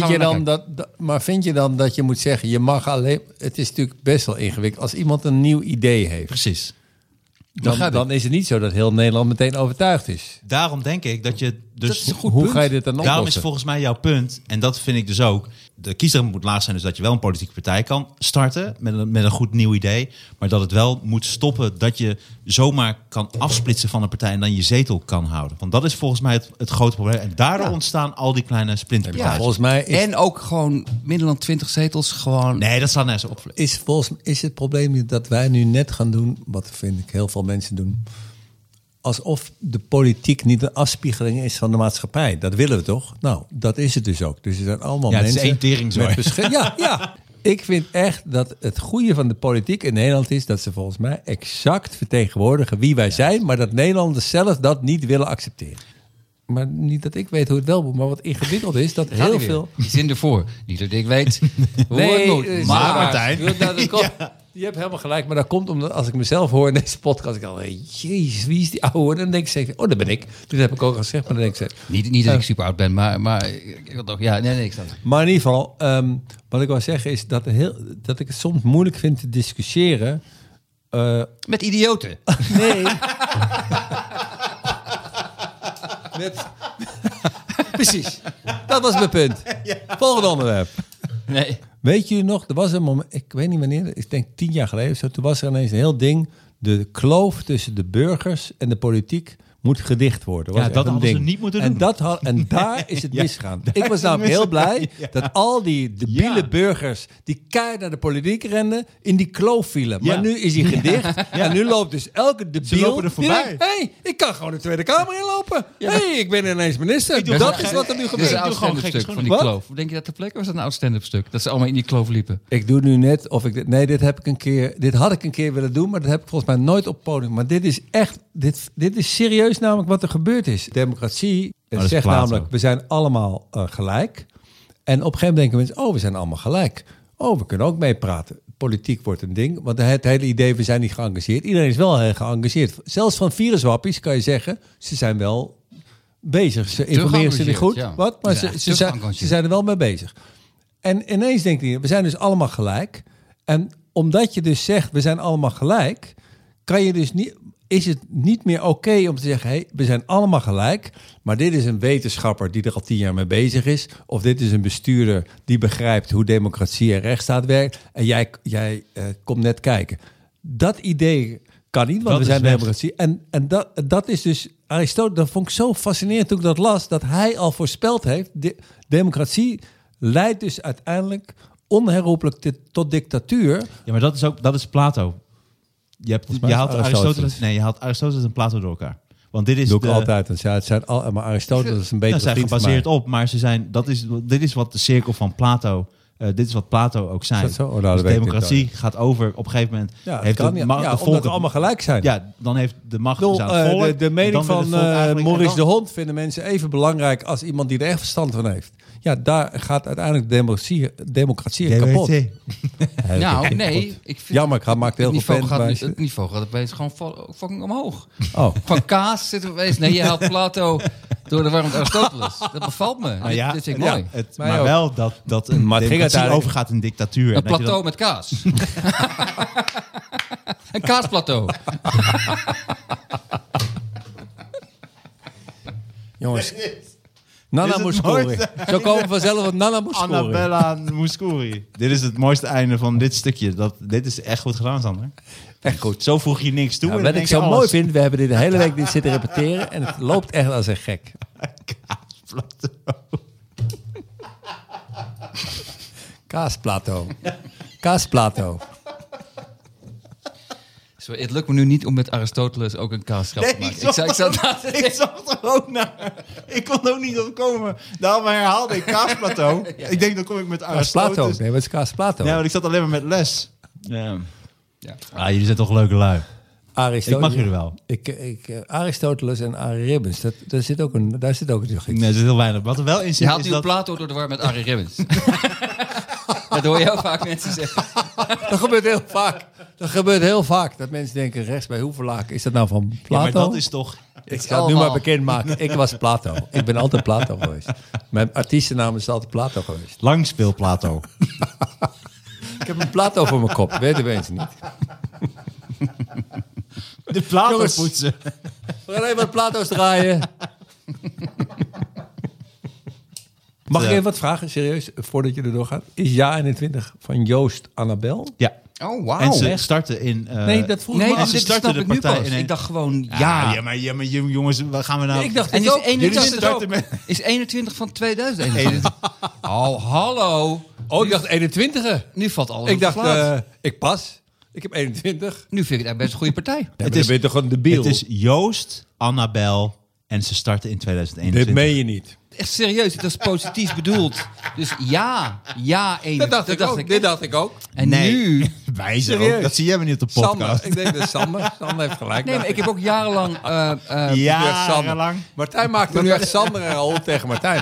Maar vind je dan dat je moet zeggen, je mag alleen... Het is natuurlijk best wel ingewikkeld. Als iemand een nieuw idee heeft, precies. dan is het niet zo dat heel Nederland meteen overtuigd is. Daarom denk ik dat je... Dus Dat is een goed Hoe punt. ga je dit dan oplossen? daarom is volgens mij jouw punt, en dat vind ik dus ook... de kiesdrempel moet laag zijn, dus dat je wel een politieke partij kan starten... met een goed nieuw idee, maar dat het wel moet stoppen... dat je zomaar kan afsplitsen van een partij... en dan je zetel kan houden. Want dat is volgens mij het grote probleem. En daardoor ontstaan al die kleine splinterpartijen. Volgens mij En ook gewoon minder dan 20 zetels gewoon... Nee, dat staat nergens op. is het probleem niet dat wij nu net gaan doen... wat vind ik heel veel mensen doen... alsof de politiek niet een afspiegeling is van de maatschappij. Dat willen we toch? Nou, dat is het dus ook. Dus er zijn allemaal Ja, het is mensen... één teringzooi. Ja. Ik vind echt dat het goede van de politiek in Nederland is... dat ze volgens mij exact vertegenwoordigen wie wij zijn... maar dat Nederlanders zelf dat niet willen accepteren. Maar niet dat ik weet hoe het wel moet. Maar wat ingewikkeld is, dat heel Heel veel... veel. Die zin ervoor. Niet dat ik weet hoe het moet. is Maar waar. Martijn. Nou, dat klopt. Je hebt helemaal gelijk, maar dat komt omdat als ik mezelf hoor in deze podcast, ik al, jezus, wie is die ouwe? En dan denk ik steeds, dat ben ik. Dit heb ik ook al gezegd, maar dan denk ik steeds. Niet dat ik super oud ben, maar ik wil toch, ja, nee, ik snap het. Maar in ieder geval, wat ik wil zeggen is dat ik het soms moeilijk vind te discussiëren. Met idioten. Nee. Precies. Dat was mijn punt. Volgende onderwerp. Nee. Weet je nog, er was een moment, ik weet niet wanneer, ik denk 10 jaar geleden of zo, toen was er ineens een heel ding, de kloof tussen de burgers en de politiek moet gedicht worden. Was Ja, echt dat een hadden ze ding. niet moeten En, doen. en daar is het misgegaan. daar Ik was is namelijk het heel blij misgegaan, dat al die debiele burgers die keihard naar de politiek renden, in die kloof vielen. Maar Ja. nu is hij gedicht en nu loopt dus elke debiel... lopen er voorbij. die denkt, hey, ik kan gewoon de Tweede Kamer inlopen. Hey, ik ben ineens minister. doe Dat gewoon is wat er nu Dit is gebeurt. een oud gewoon stand-up gekke stuk van die Wat? kloof. Denk je dat ter plekke was dat een oud stand-up stuk? Dat ze allemaal in die kloof liepen. Ik doe nu net of ik... Nee, dit had ik een keer willen doen, maar dat heb ik volgens mij nooit op podium. Maar dit is echt... Dit is serieus namelijk wat er gebeurd is. Democratie dat is zegt Plato. namelijk, we zijn allemaal gelijk. En op een gegeven moment denken mensen, we zijn allemaal gelijk. We kunnen ook meepraten. Politiek wordt een ding. Want het hele idee, we zijn niet geëngageerd. Iedereen is wel heel geëngageerd. Zelfs van viruswappies kan je zeggen, ze zijn wel bezig. Ze informeren zich niet goed. Ja. Wat? Maar Ja, ze zijn er wel mee bezig. En ineens denkt hij, we zijn dus allemaal gelijk. En omdat je dus zegt, we zijn allemaal gelijk, kan je dus niet, is het niet meer oké om te zeggen, hey, we zijn allemaal gelijk, maar dit is een wetenschapper die er al 10 jaar mee bezig is, of dit is een bestuurder die begrijpt hoe democratie en rechtsstaat werkt, en jij komt net kijken. Dat idee kan niet, want Dat we is zijn weg. democratie. En dat is dus, Aristoteles, dat vond ik zo fascinerend toen ik dat las, dat hij al voorspeld heeft, democratie leidt dus uiteindelijk onherroepelijk tot dictatuur. Ja, maar dat is Plato. Je mij haalt is Aristoteles. Aristoteles. Nee, je haalt Aristoteles en Plato door elkaar. Want dit is Doe ik altijd. Want ja, het zijn maar Aristoteles is een betere zijn vriend van gebaseerd mij. op, maar dit is wat de cirkel van Plato. Dit is wat Plato ook zei. Is dat zo? Oh, nou, dat dus weet ik democratie niet. gaat over op een gegeven moment. Ja, het heeft kan, de ja. ma- Ja, de omdat volk we allemaal gelijk zijn. Ja, dan heeft de macht Bedoel, dus aan het volk. de mening en dan van wil het volk eigenlijk- Maurice en de dan- Hond vinden mensen even belangrijk als iemand die er echt verstand van heeft. Ja, daar gaat uiteindelijk democratie in kapot. Nou, nee. Ik vind Jammer, ik maak het heel veel het niveau gaat opeens gewoon fucking omhoog. Oh. Van kaas zitten we opeens. Nee, je haalt Plato door de warmte Aristoteles. Dat bevalt me. Nou ja, dit vind ik mooi. Mij maar ook. wel dat een Maar het ging democratie uiteindelijk- overgaat in dictatuur. Een En dat je plateau dan- met kaas. Een kaasplateau. Jongens, Nana Is het moet scoren. mooiste? Zo komen we vanzelf op Nana moet scoren. Annabella Mouskouri. Dit is het mooiste einde van dit stukje. Dit is echt goed gedaan, Sander. Echt goed. Zo voeg je niks toe. Ja, en wat dan ik denk zo je mooi alles. vind, we hebben dit de hele week dit zitten repeteren en het loopt echt als een gek. Kaasplateau. Kaasplateau. Sorry, het lukt me nu niet om met Aristoteles ook een kaasgrap te maken. Ik zag er ook naar. Ik kon er ook niet op komen. Daarom herhaalde ik kaasplateau. Ik denk, dan kom ik met Kaasplateau. Aristoteles. Nee, wat is kaasplateau? Ja, want ik zat alleen maar met les. Ja. Ja. Ah, jullie zijn toch leuke lui. Aristoteles. Ik mag jullie wel. Aristoteles en Arie Ribbens, daar zit ook een iets. Nee, dat is heel weinig. Wat er wel in Je zit, haalt is nu dat... Plato door de war met Arie Ribbens. Dat hoor je heel vaak mensen zeggen. Dat gebeurt heel vaak. Dat gebeurt heel vaak. Dat mensen denken, rechts bij Hoevelaken, is dat nou van Plato? Ja, maar dat is toch... Ik ga het nu maar bekend maken. Ik was Plato. Ik ben altijd Plato geweest. Mijn artiestennaam is altijd Plato geweest. Langspeel Plato. Ik heb een Plato voor mijn kop. Weten mensen niet. De Plato Jongens. poetsen. We gaan even wat Plato's draaien. Mag ik even wat vragen, serieus, voordat je erdoor gaat? Is Ja 21 van Joost Annabel? Ja. Oh, wauw. En ze starten in... Nee, dat vroeg Nee, me af. dit ze starten snap de ik nu partij pas. in een- Ik dacht gewoon, Ja, maar jongens, waar gaan we nou... Ik dacht En het is ook. 21 Jullie starten met... is 21 van 2021. Oh, hallo. Oh, ik dacht 21e. Nu valt alles Ik op dacht, de plaats. ik pas. Ik heb 21. Nu vind ik het eigenlijk best een goede partij. Het is, ben je toch een debiel? Het is Joost, Annabel en ze starten in 2021. Dit meen je niet. Echt serieus, het is positief bedoeld. Dus ja 21. Dat dacht ik ook. Dit dacht ik ook. En Nee. nu... Wij zijn Serieus? ook. Dat zie jij maar niet op de Sander. podcast. Ik denk dat Sander heeft gelijk. Nee, maar ik heb ook jarenlang... Jarenlang. Martijn maakte nu echt Sander en Raoul tegen Martijn. Van.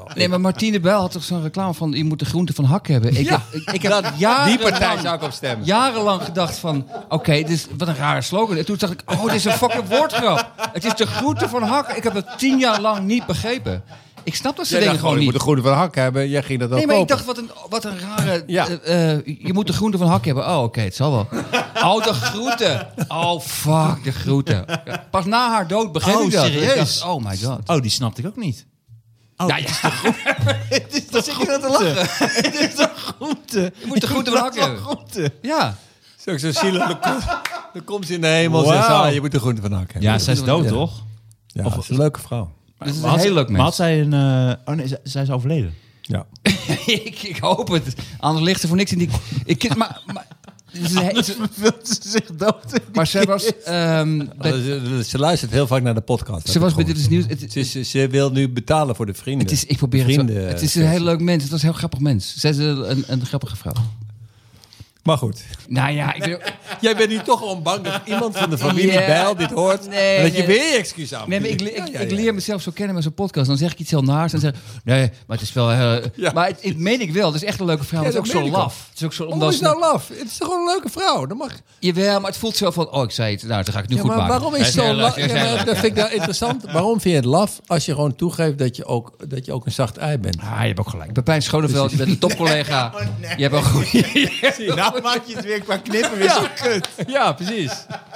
Nee, maar Martine Bijl had toch zo'n reclame van... je moet de groente van hak hebben. Ik heb Die partij zou ik op stemmen. jarenlang gedacht van... oké, dus wat een rare slogan. En toen dacht ik, dit is een fucking woordgrap. Het is de groente van hak. Ik heb het 10 jaar lang niet begrepen. Ik snap dat ze dingen gewoon je niet. moet de groente van hak hebben. Jij ging dat ook Nee, maar ik kopen. dacht, wat een rare... Ja. Je moet de groente van hak hebben. Oh, oké, het zal wel. Oh, de groente. Oh, fuck, de groente. Pas na haar dood begreep ik dat. serieus? Ik dacht, oh my god. Oh, die snapte ik ook niet. Oh, Ja, ja. het is de Zit je nou te lachen? Het is de groente. Je moet de groente van hak hebben. Groente. Ja. Het is ook zo zielig. Dan komt ze in de hemel en Wauw. zegt ze, je moet de groente van hak hebben. Ja, zij is dood, Ja. toch? Ja, dat is een leuke vrouw. Dat is Maar een had heel ze- leuk Maar had mens. zij een... oh nee, zij is overleden. Ja. ik hoop het. Anders ligt er voor niks in die... maar het is een Wil ze zich dood? maar zij was... Ze luistert heel vaak naar de podcast. ze was bij Dit is Nieuws... Ze wil nu betalen voor de vrienden. Ik probeer het zo. Vrienden, Het is een heel leuk mens. Het was een heel grappig mens. Zij is een grappige vrouw. Maar goed. Nou ja, ik wil... Jij bent nu toch gewoon bang dat iemand van de familie Ja. Bijl dit hoort. Nee, en dat je nee. weer je excuus aan Nee, maar moet ik bieden. Ja, ik ja. leer mezelf zo kennen met zo'n podcast. Dan zeg ik iets heel naars. En zeg ik, nee, maar het is wel... Ja. Maar het meen ik wel. Het is echt een leuke vrouw. Ja, Het is ook dat zo meen ik laf. Het is ook zo... Hoe Omdat is het nou laf? Het is toch gewoon een leuke vrouw? Dat mag. Jawel, maar het voelt zo van... Oh, ik zei het. Nou, dan ga ik het nu Ja, goed maar maken. waarom is het zo laf? Ja, maar dat vind ik nou interessant. Waarom vind je het laf als je gewoon toegeeft dat je ook een zacht ei bent? Ah, je hebt ook gelijk. Pepijn Schoneveld, je bent een topcollega. Je hebt ook goed... Nou maak je het weer qua knippen weer zo kut. Ja, precies.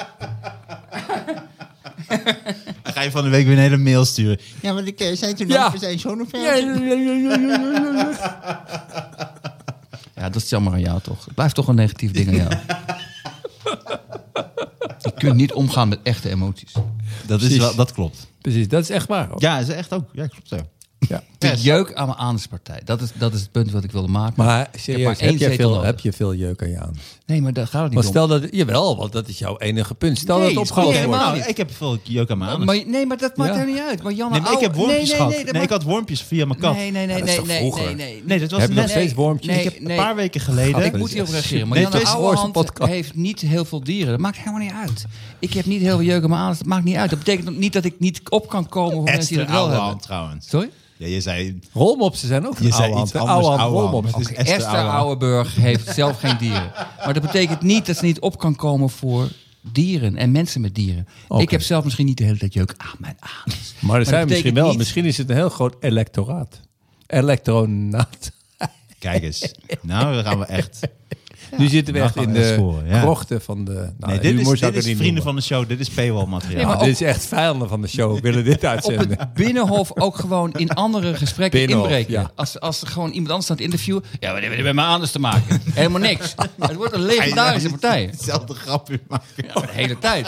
Dan ga je van de week weer een hele mail sturen. Ja, maar ik zei toen Ja. we zijn zo'n Ja, dat is jammer aan jou toch. Het blijft toch een negatief ding aan jou. Je kunt niet omgaan met echte emoties. Dat klopt. Precies, dat is echt waar. Hoor. Ja, is echt ook. Ja, klopt zo. Ja. De jeuk aan mijn anuspartij. Dat is het punt wat ik wilde maken. Maar serieus, maar één zetel nodig. heb je veel jeuk aan je aan? Nee, maar daar gaat het niet Want om. stel dat, jawel, want dat is jouw enige punt. Stel dat het opgelost nee, wordt. helemaal Nou, ik heb veel jeuk aan mijn anus. Maar, nee, maar dat maakt Ja. er niet uit. Maar Janne, Nee, maar ik heb wormpjes gehad. dat Nee, maakt- ik had wormpjes via mijn kat. Nee, dat is toch vroeger? Nee, dat was Heb je nog net... steeds wormpjes? Ik heb een paar weken geleden... Ik moet hierop reageren. Maar Nee, Janne het is Ouwehand podcast. heeft niet heel veel dieren. Dat maakt helemaal niet uit. Ik heb niet heel veel jeuk aan mijn anus. Dat maakt niet uit. Dat betekent niet dat ik niet op kan komen voor mensen die Esther dat wel hebben. Ouwehand trouwens. Sorry? Ja, je zei... Rolmopsen zijn ook Je van zei oude iets hand. anders, Oude hand, oude hand. rolmops. Het is Esther Esther Ouwehand. Ouwenburg heeft zelf geen dieren. Maar dat betekent niet dat ze niet op kan komen voor dieren en mensen met dieren. Oké. Ik heb zelf misschien niet de hele tijd jeuk aan mijn anus. Maar er zijn dat misschien betekent wel. niet- Misschien is het een heel groot electoraat. Elektronaat. Kijk eens. Nou, dan gaan we echt... Nu zitten we nou echt gaan in we de scoren, ja. krochten van de... Nou, Nee, dit humor is zou ik het niet vrienden noemen. van de show. Dit is paywall materiaal. Nee, maar Dit is echt vijanden van de show. Willen dit Op uitzenden. het Binnenhof ook gewoon in andere gesprekken Binnenhof, inbreken. ja. Als er gewoon iemand anders staat te interviewen. Ja, wat heeft het met mijn anus te maken? Helemaal niks. Het wordt een legendarische partij. Hetzelfde grapje maken. Ja, de hele tijd.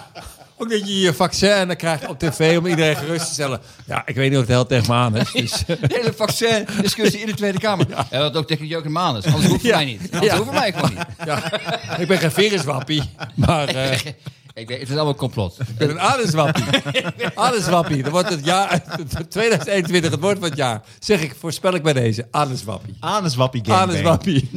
Ook dat je je vaccin krijgt op tv om iedereen gerust te stellen. Ja, ik weet niet of het heel tegen me aan is. Dus, De hele vaccin-discussie in de Tweede Kamer. Ja, dat ook tegen jeuk en mijn anus. Anders hoeft het Ja. mij niet. Anders Ja. hoeft het mij gewoon niet. ja, ik ben geen viruswappie, maar Ik weet, het is allemaal complot. ik ben een anuswappie. Anuswappie. Dan wordt het jaar 2021 het woord van het jaar. Zeg ik, voorspel ik bij deze. Anuswappie. Anuswappie gangbang. Anuswappie.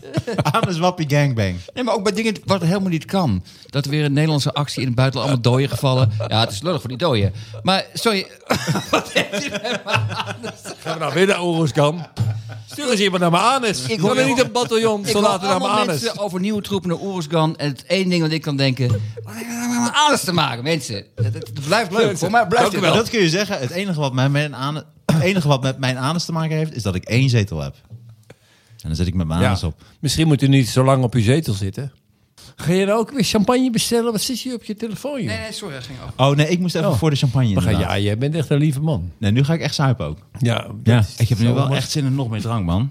Anuswappie gangbang. Nee, maar ook bij dingen wat helemaal niet kan. Dat er weer een Nederlandse actie in het buitenland allemaal dooien gevallen. Ja, het is lullig voor die dooien. Maar, sorry. Wat heeft u met mijn anus? Gaan we nou weer naar Oeruzgan? Stuur eens iemand naar mijn anus. Ik Ik hoor- wil niet een bataljon Ik hoor soldaten naar mijn allemaal anus. mensen over nieuwe troepen naar Oeruzgan. En het één ding wat ik kan denken... Wat heeft dat met mijn anus te maken, mensen? Het blijft leuk. Voor mij blijft het Maar wel. dat kun je zeggen. Het enige wat met mijn anus te maken heeft, is dat ik 1 zetel heb. En dan zet ik met mijn anus Ja. op. Misschien moet u niet zo lang op uw zetel zitten. Ga je nou ook weer champagne bestellen? Wat zit je op je telefoon, joh? Nee, sorry, dat ging over. Oh nee, ik moest even voor de champagne Maar inderdaad. ja, jij bent echt een lieve man. Nee, nu ga ik echt zuipen ook. Ja, Ja, ik heb nu wel echt zin in nog meer drank, man.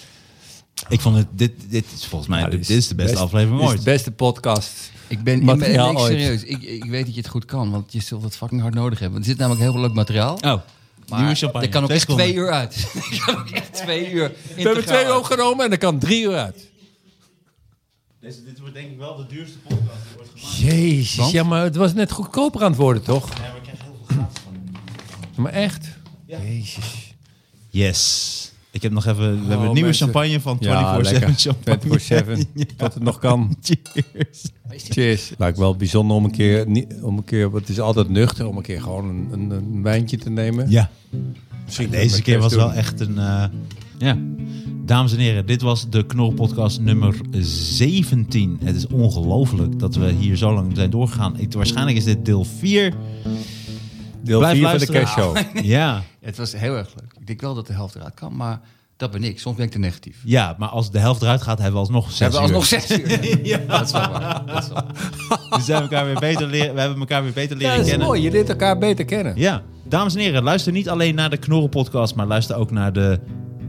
Ik vond het, dit is volgens mij, dit is de beste aflevering Dit is ooit. de beste podcast. Ik ben Materiaal ooit. serieus. Ik weet dat je het goed kan, want je zult het fucking hard nodig hebben. Want er zit namelijk heel veel leuk materiaal. Oh, Maar nieuwe champagne. er kan ook 2 echt seconden. 2 uur uit. Er kan ook echt 2 uur. We hebben 2 uur opgenomen en er kan 3 uur uit. Dit wordt denk ik wel de duurste podcast die wordt gemaakt. Jezus, Want? ja, maar het was net goedkoper aan het worden, toch? Ja, we krijgen heel veel gratis van. Maar echt? Ja. Jezus. Yes. Ik heb nog even, we hebben een nieuwe mensen. champagne van 24/7 lekker. champagne. 24/7, tot het nog kan. Cheers. Cheers. Lijkt wel bijzonder om een keer, het is altijd nuchter, om een keer gewoon een wijntje te nemen. Ja. Deze keer was wel echt een... ja. Dames en heren, dit was de Knorren-podcast nummer 17. Het is ongelooflijk dat we hier zo lang zijn doorgegaan. Waarschijnlijk is dit deel 4. Deel 4 van de kerstshow. Ja. Het was heel erg leuk. Ik denk wel dat de helft eruit kan, maar dat ben ik. Soms ben ik te negatief. Ja, maar als de helft eruit gaat, hebben we alsnog 6 uur. We hebben alsnog 6 uur. Ja. Dat is wel waar. Dat is wel waar. Dus we hebben elkaar weer beter leren Ja, dat is kennen. mooi. Je leert elkaar beter kennen. Ja, dames en heren, luister niet alleen naar de Knorren-podcast, maar luister ook naar de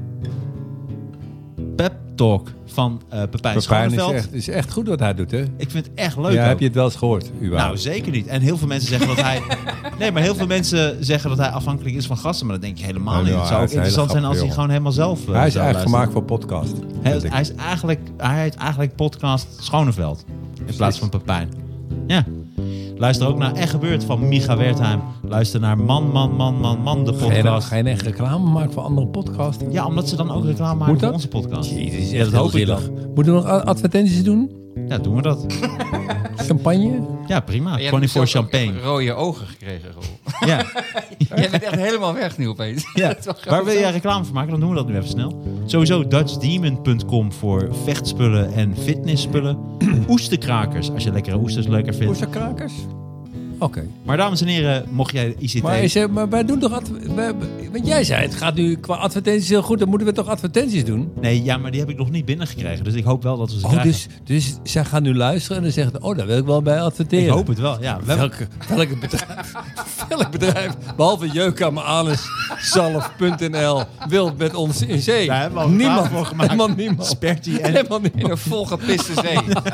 Pep Talk van Pepijn Pepijn Schoneveld. is echt goed wat hij doet, hè? Ik vind het echt leuk. Ja, ook. heb je het wel eens gehoord? Überhaupt? Nou, zeker niet. En heel veel mensen zeggen dat hij... Nee, maar heel veel mensen zeggen dat hij afhankelijk is van gasten. Maar dat denk ik helemaal Oh, niet. ja, Het zou hij ook is een hele interessant zijn als hij grappige gewoon helemaal zelf hij is zou eigenlijk luisteren. gemaakt voor podcast. Hij heet eigenlijk podcast Schoneveld. In plaats van Pepijn. Ja. Luister ook naar Echt Gebeurd van Micha Wertheim. Luister naar Man, de podcast. Ga je echt reclame maken voor andere podcasts? Ja, omdat ze dan ook reclame maken Moet voor dat? onze podcast. Jezus, Ja, dat hoop ik toch. Moeten we nog advertenties doen? Ja, doen we dat. Champagne? Ja, prima. Je hebt 24 zelfs ook champagne. rode ogen gekregen, Roel. Ja. Jij bent echt helemaal weg nu opeens. Ja. Dat is wel grappig. Waar wil jij reclame voor maken? Dan doen we dat nu even snel. Sowieso DutchDemon.com voor vechtspullen en fitnessspullen. Oesterkrakers, als je lekkere oesters leuker vindt. Oesterkrakers? Oké. Maar dames en heren, mocht jij ICT... Maar wij doen toch... Want jij zei, het gaat nu qua advertenties heel goed. Dan moeten we toch advertenties doen? Nee, ja, maar die heb ik nog niet binnengekregen. Dus ik hoop wel dat we ze Oh, krijgen. dus zij gaan nu luisteren en dan zeggen... Oh, daar wil ik wel bij adverteren. Ik hoop het wel, ja. We hebben- Welk bedrijf, behalve jeukkameranus.zalf.nl wil met ons in zee? Daar hebben we al een niemand vraag voor gemaakt. Helemaal niemand. Spertie en... Helemaal niemand. In een volgepiste zee.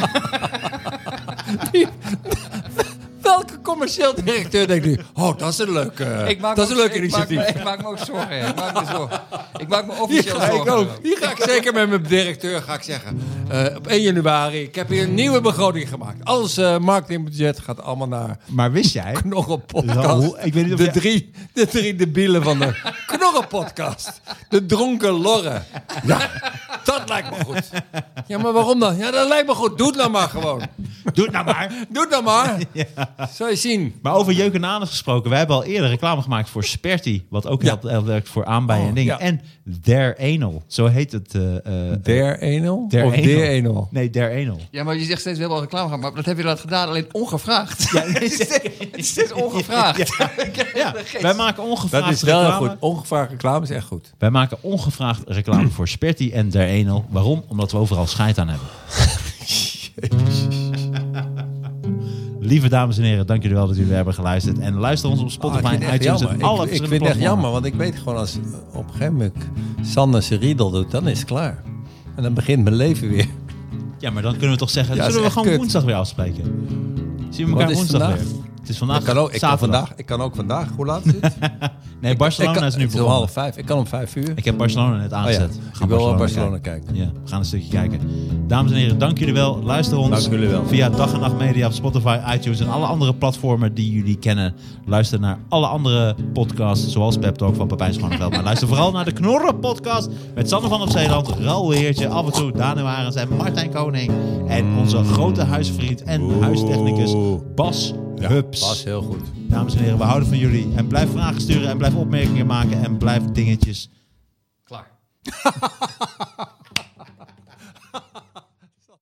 Welke commercieel directeur denkt nu... Oh, dat is een leuk, initiatief. Ik maak me ook zorgen. Ja. Ik maak me Hier officieel ga ik zorgen. ook. Hier ga ik zeker met mijn directeur zeggen. Op 1 januari, ik heb hier een nieuwe begroting gemaakt. Alles marketingbudget gaat allemaal naar Maar wist jij... Knorren-podcast. Ik weet niet of De drie debielen van de Knorren-podcast. De dronken lorren. Ja, dat lijkt me goed. Ja, maar waarom dan? Ja, dat lijkt me goed. Doe het nou maar gewoon. Doe het nou maar. Doe het nou maar. Zal je zien. Maar over jeuk en anus gesproken. Wij hebben al eerder reclame gemaakt voor Sperti. Wat ook heel werkt voor aanbijen en dingen. ja. En Der Anal. Zo heet het. Der Enel? Der Of Anal. Der Enel? Nee, Der Anal. Ja, maar je zegt steeds, we hebben al reclame gemaakt. Maar dat heb je laat gedaan, alleen ongevraagd. Ja, Het is steeds ongevraagd. Ja, wij maken ongevraagd Dat is wel heel reclame. goed. Ongevraagd reclame is echt goed. Wij maken ongevraagd reclame voor Sperti en Der Anal. Waarom? Omdat we overal scheid aan hebben. Lieve dames en heren, dank jullie wel dat jullie hebben geluisterd. En luister ons op Spotify en iTunes en alle Ik vind het echt platformen. jammer, want ik weet gewoon als op een gegeven moment Sander zijn riedel doet, dan is het klaar. En dan begint mijn leven weer. Ja, maar dan kunnen we toch zeggen, Ja, zullen we is echt gewoon kut. woensdag weer afspreken? Zien we Wat elkaar is woensdag vandaag? weer? Het is vandaag Ik kan ook vandaag. Hoe laat is het? Nee, Barcelona is nu Het is om begonnen. 4:30. Ik kan om 5:00. Ik heb Barcelona net aangezet. Oh ja, We gaan ik wil wel Barcelona kijken. Ja, we gaan een stukje kijken. Dames en heren, dank jullie wel. Luister ons Dank jullie wel. via Dag en Nacht Media op Spotify, iTunes en alle andere platformen die jullie kennen. Luister naar alle andere podcasts, zoals Pep Talk van Pepijn Schoneveld. Maar luister vooral naar de Knorren podcast met Sander van op Zeeland, Raoul Heertje, af en toe Daniel Arends en Martijn Koning. En onze grote huisvriend en huistechnicus Bas Hups. Pas heel goed. Dames en heren, we houden van jullie. En blijf vragen sturen en blijf opmerkingen maken en blijf dingetjes. Klaar.